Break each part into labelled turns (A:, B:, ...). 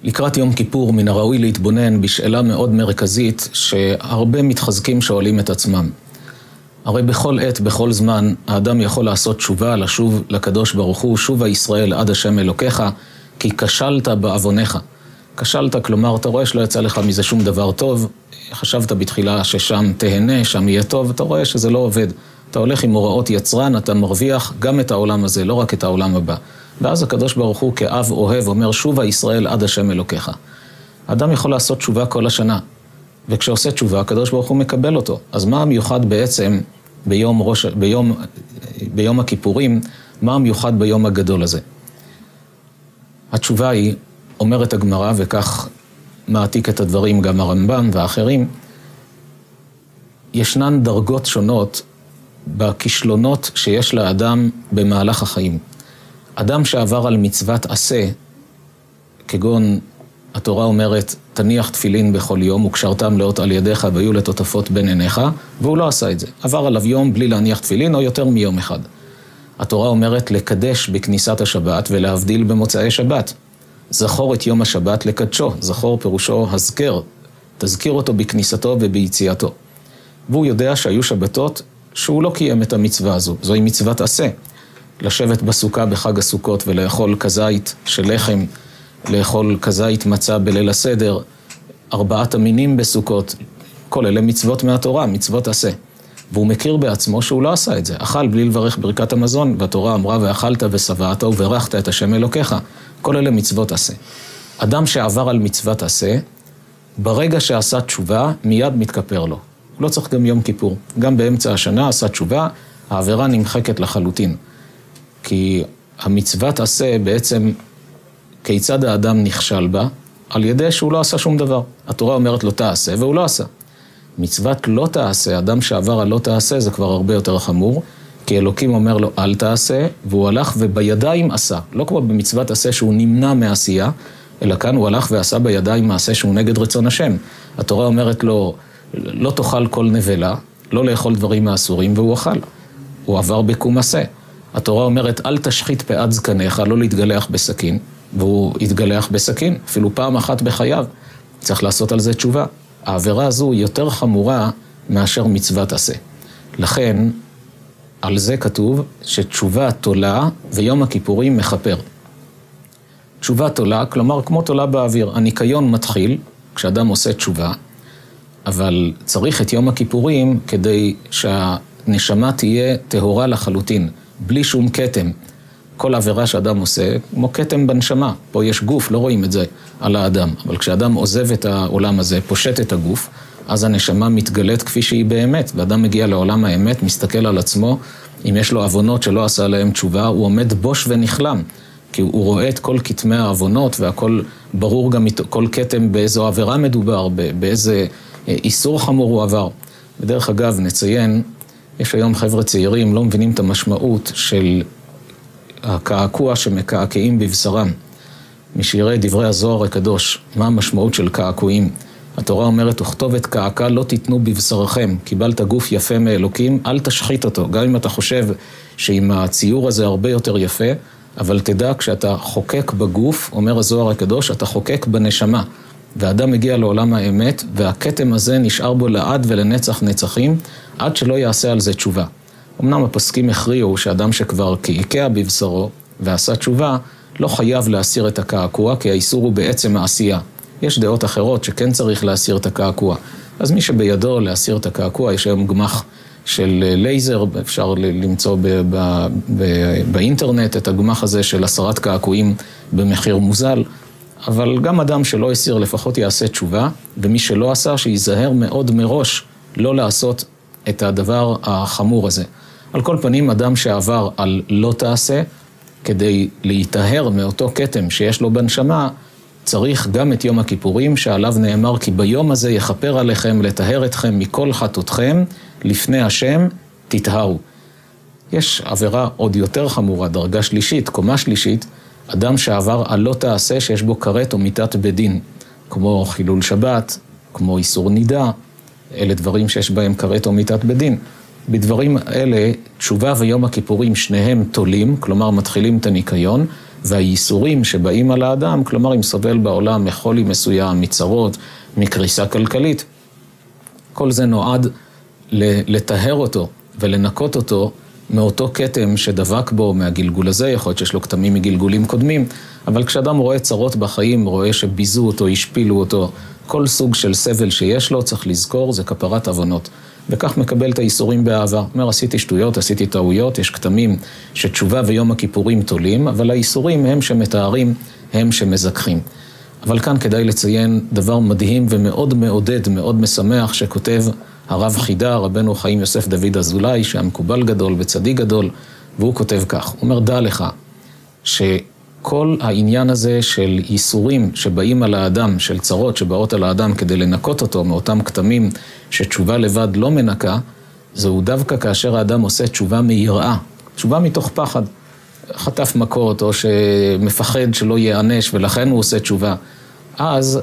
A: לקראת יום כיפור מן הראוי להתבונן בשאלה מאוד מרכזית שהרבה מתחזקים שואלים את עצמם. הרי בכל עת, בכל זמן, האדם יכול לעשות תשובה, לשוב לקדוש ברוך הוא, שובה ישראל עד השם אלוקיך, כי כשלת בעוונך. כשלת, כלומר, אתה רואה שלא יצא לך מזה שום דבר טוב, חשבת בתחילה ששם תהנה, שם יהיה טוב, אתה רואה שזה לא עובד. אתה הולך עם הוראות יצרן, אתה מרוויח גם את העולם הזה, לא רק את העולם הבא. ואז הקדוש ברוך הוא כאב אוהב אומר, שובה ישראל עד השם אלוקיך. האדם יכול לעשות תשובה כל השנה, וכשעושה תשובה, הקדוש ברוך הוא מקבל אותו. אז מה המיוחד בעצם ביום הכיפורים, מה המיוחד ביום הגדול הזה? התשובה היא, אומרת הגמרא, וכך מעתיק את הדברים גם הרמב"ם ואחרים, ישנן דרגות שונות בכישלונות שיש לאדם במהלך החיים. אדם שעבר על מצוות עשה, כגון התורה אומרת, תניח תפילין בכל יום וקשרתם לאות על ידיך והיו לטוטפות בין עיניך, והוא לא עשה את זה. עבר עליו יום בלי להניח תפילין או יותר מיום אחד. התורה אומרת לקדש בכניסת השבת ולהבדיל במוצאי שבת. זכור את יום השבת לקדשו, זכור פירושו הזכר, תזכיר אותו בכניסתו וביציאתו. והוא יודע שהיו שבתות שהוא לא קיים את המצווה הזו, זוהי מצוות עשה. לשבת בסוכה בחג הסוכות ולאכול כזית של לחם, לאכול כזית מצה בליל הסדר, 4 המינים בסוכות, כל אלה מצוות מהתורה, מצוות עשה. והוא מכיר בעצמו שהוא לא עשה את זה. אכל בלי לברך ברכת המזון, והתורה אמרה ואכלת ושבעת וברכת את השם אלוקיך. כל אלה מצוות עשה. אדם שעבר על מצוות עשה, ברגע שעשה תשובה, מיד מתכפר לו. הוא לא צריך גם יום כיפור. גם באמצע השנה עשה תשובה, העבירה נמחקת לחלוטין. כי המצוות עשה בעצם, כיצד האדם נכשל בה, על ידי שהוא לא עשה שום דבר. התורה אומרת לא תעשה, והוא לא עשה. מצוות לא תעשה, אדם שעבר על לא תעשה, זה כבר הרבה יותר חמור, כי אלוקים אומר לו אל תעשה, והוא הלך ובידיים עשה. לא כמו במצוות עשה שהוא נמנע מעשייה, אלא כאן הוא הלך ועשה בידיים מעשה שהוא נגד רצון השם. התורה אומרת לו, לא תאכל כל נבלה, לא לאכול דברים האסורים, והוא אכל. הוא עבר בקום עשה. התורה אומרת, אל תשחית פאת זקניך, לא להתגלח בסכין, והוא התגלח בסכין, אפילו פעם אחת בחייו. צריך לעשות על זה תשובה. העבירה הזו היא יותר חמורה מאשר מצוות עשה. לכן, על זה כתוב שתשובה תולה ויום הכיפורים מכפר. תשובה תולה, כלומר כמו תולה באוויר. הניקיון מתחיל כשאדם עושה תשובה, אבל צריך את יום הכיפורים כדי שהנשמה תהיה טהורה לחלוטין, בלי שום כתם. כל עבירה שאדם עושה, כמו כתם בנשמה. פה יש גוף, לא רואים את זה על האדם. אבל כשאדם עוזב את העולם הזה, פושט את הגוף, אז הנשמה מתגלית כפי שהיא באמת. ואדם מגיע לעולם האמת, מסתכל על עצמו, אם יש לו עוונות שלא עשה להם תשובה, הוא עומד בוש ונכלם. כי הוא רואה את כל כתמי העוונות, והכל ברור גם כל כתם באיזו עבירה מדובר, באיזה איסור חמור הוא עבר. בדרך אגב, נציין, יש היום חבר'ה צעירים, לא מבינים את המשמעות של הקעקוע שמקעקעים בבשרם. מי שיראה דברי הזוהר הקדוש, מה המשמעות של קעקועים? התורה אומרת, וכתובת קעקע לא תיתנו בבשרכם, קיבלת גוף יפה מאלוקים, אל תשחית אותו. גם אם אתה חושב שעם הציור הזה הרבה יותר יפה, אבל תדע, כשאתה חוקק בגוף, אומר הזוהר הקדוש, אתה חוקק בנשמה. והאדם מגיע לעולם האמת, והכתם הזה נשאר בו לעד ולנצח נצחים, עד שלא יעשה על זה תשובה. אמנם הפסקים הכריעו שאדם שכבר קעקע בבשרו ועשה תשובה, לא חייב להסיר את הקעקוע, כי האיסור הוא בעצם העשייה. יש דעות אחרות שכן צריך להסיר את הקעקוע. אז מי שבידו להסיר את הקעקוע, יש היום גמח של לייזר, אפשר למצוא באינטרנט את הגמח הזה של הסרת קעקועים במחיר מוזל, אבל גם אדם שלא הסיר לפחות יעשה תשובה, ומי שלא עשה שיזהר מאוד מראש לא לעשות את הדבר החמור הזה. על כל פנים, אדם שעבר על לא תעשה, כדי להיטהר מאותו כתם שיש לו בנשמה, צריך גם את יום הכיפורים, שעליו נאמר כי ביום הזה יכפר עליכם לטהר אתכם מכל חטאותכם, לפני השם תטהרו. יש עבירה עוד יותר חמורה, דרגה שלישית, קומה שלישית, אדם שעבר על לא תעשה שיש בו כרת או מיתת בדין, כמו חילול שבת, כמו איסור נידה, אלה דברים שיש בהם כרת או מיתת בדין. בדברים אלה, תשובה ויום הכיפורים שניהם תולים, כלומר מתחילים את הניקיון, והייסורים שבאים על האדם, כלומר אם סובל בעולם מחולי מסוים, מצרות, מקריסה כלכלית, כל זה נועד לטהר אותו ולנקות אותו מאותו כתם שדבק בו מהגלגול הזה, יכול להיות שיש לו כתמים מגלגולים קודמים, אבל כשאדם רואה צרות בחיים, רואה שביזו אותו, השפילו אותו, כל סוג של סבל שיש לו, צריך לזכור, זה כפרת עוונות. וכך מקבל את האיסורים באהבה. אומר, עשיתי שטויות, עשיתי טעויות, יש כתמים שתשובה ויום הכיפורים תולים, אבל האיסורים הם שמתארים, הם שמזכחים. אבל כאן כדאי לציין דבר מדהים ומאוד מעודד, מאוד משמח, שכותב הרב חידה, רבנו חיים יוסף דוד אזולאי, שהיה מקובל גדול וצדיק גדול, והוא כותב כך, הוא אומר, דע לך, שכל העניין הזה של ייסורים שבאים על האדם, של צרות שבאות על האדם כדי לנקות אותו מאותם כתמים שתשובה לבד לא מנקה, זהו דווקא כאשר האדם עושה תשובה מיראה, תשובה מתוך פחד, חטף מכות או שמפחד שלא יענש ולכן הוא עושה תשובה. אז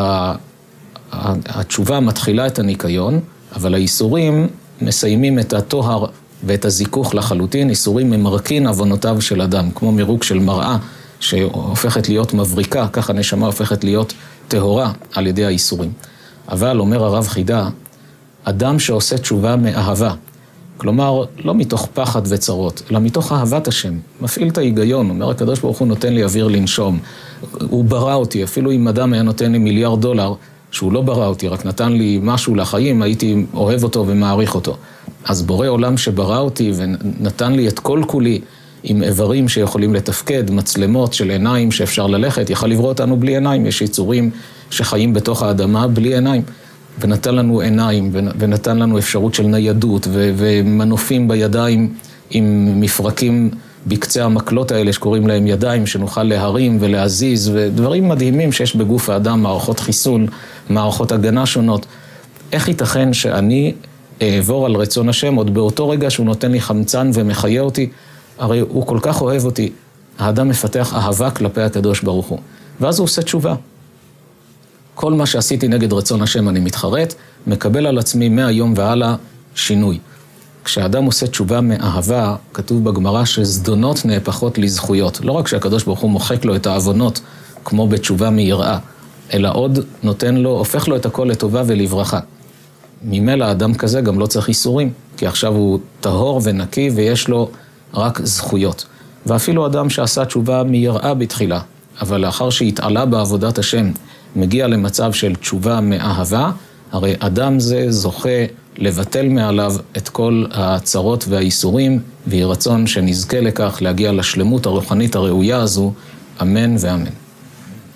A: התשובה מתחילה את הניקיון, אבל האיסורים מסיימים את התוהר ואת הזיכוך לחלוטין. איסורים ממרקין עוונותיו של אדם, כמו מירוק של מראה שהופכת להיות מבריקה, ככה נשמה הופכת להיות טהורה על ידי האיסורים. אבל אומר הרב חידה, אדם שעושה תשובה מאהבה, כלומר לא מתוך פחד וצרות, אלא מתוך אהבת השם, מפעיל את ההיגיון, אומר הקדוש ברוך הוא נותן לי אוויר לנשום, הוא ברא אותי, אפילו אם אדם היה נותן לי $1,000,000, שהוא לא ברא אותי, רק נתן לי משהו לחיים, הייתי אוהב אותו ומעריך אותו. אז בורא עולם שברא אותי ונתן לי את כל כולי עם איברים שיכולים לתפקד, מצלמות של עיניים שאפשר ללכת, יכל לברוא אותנו בלי עיניים, יש יצורים שחיים בתוך האדמה בלי עיניים, ונתן לנו עיניים ונתן לנו אפשרות של ניידות ומנופים בידיים עם מפרקים בקצה המקלות האלה שקוראים להם ידיים, שנוכל להרים ולהזיז, ודברים מדהימים שיש בגוף האדם, מערכות חיסון, מערכות הגנה שונות. איך ייתכן שאני אעבור על רצון השם עוד באותו רגע שהוא נותן לי חמצן ומחיה אותי? הרי הוא כל כך אוהב אותי, האדם מפתח אהבה כלפי הקדוש ברוך הוא, ואז הוא עושה תשובה. כל מה שעשיתי נגד רצון השם אני מתחרט, מקבל על עצמי מהיום והלאה שינוי. כשאדם עושה תשובה מאהבה, כתוב בגמרא שזדונות נהפכות לזכויות. לא רק שהקדוש ברוך הוא מוחק לו את העוונות, כמו בתשובה מיראה, אלא עוד נותן לו, הופך לו את הכל לטובה ולברכה. ממילא האדם כזה גם לא צריך איסורים, כי עכשיו הוא טהור ונקי ויש לו רק זכויות. ואפילו אדם שעשה תשובה מיראה בתחילה, אבל לאחר שהתעלה בעבודת השם, מגיע למצב של תשובה מאהבה, הרי אדם זה זוכה לבטל מעליו את כל הצרות והאיסורים, ויהי רצון שנזכה לכך להגיע לשלמות הרוחנית הראויה הזו, אמן ואמן.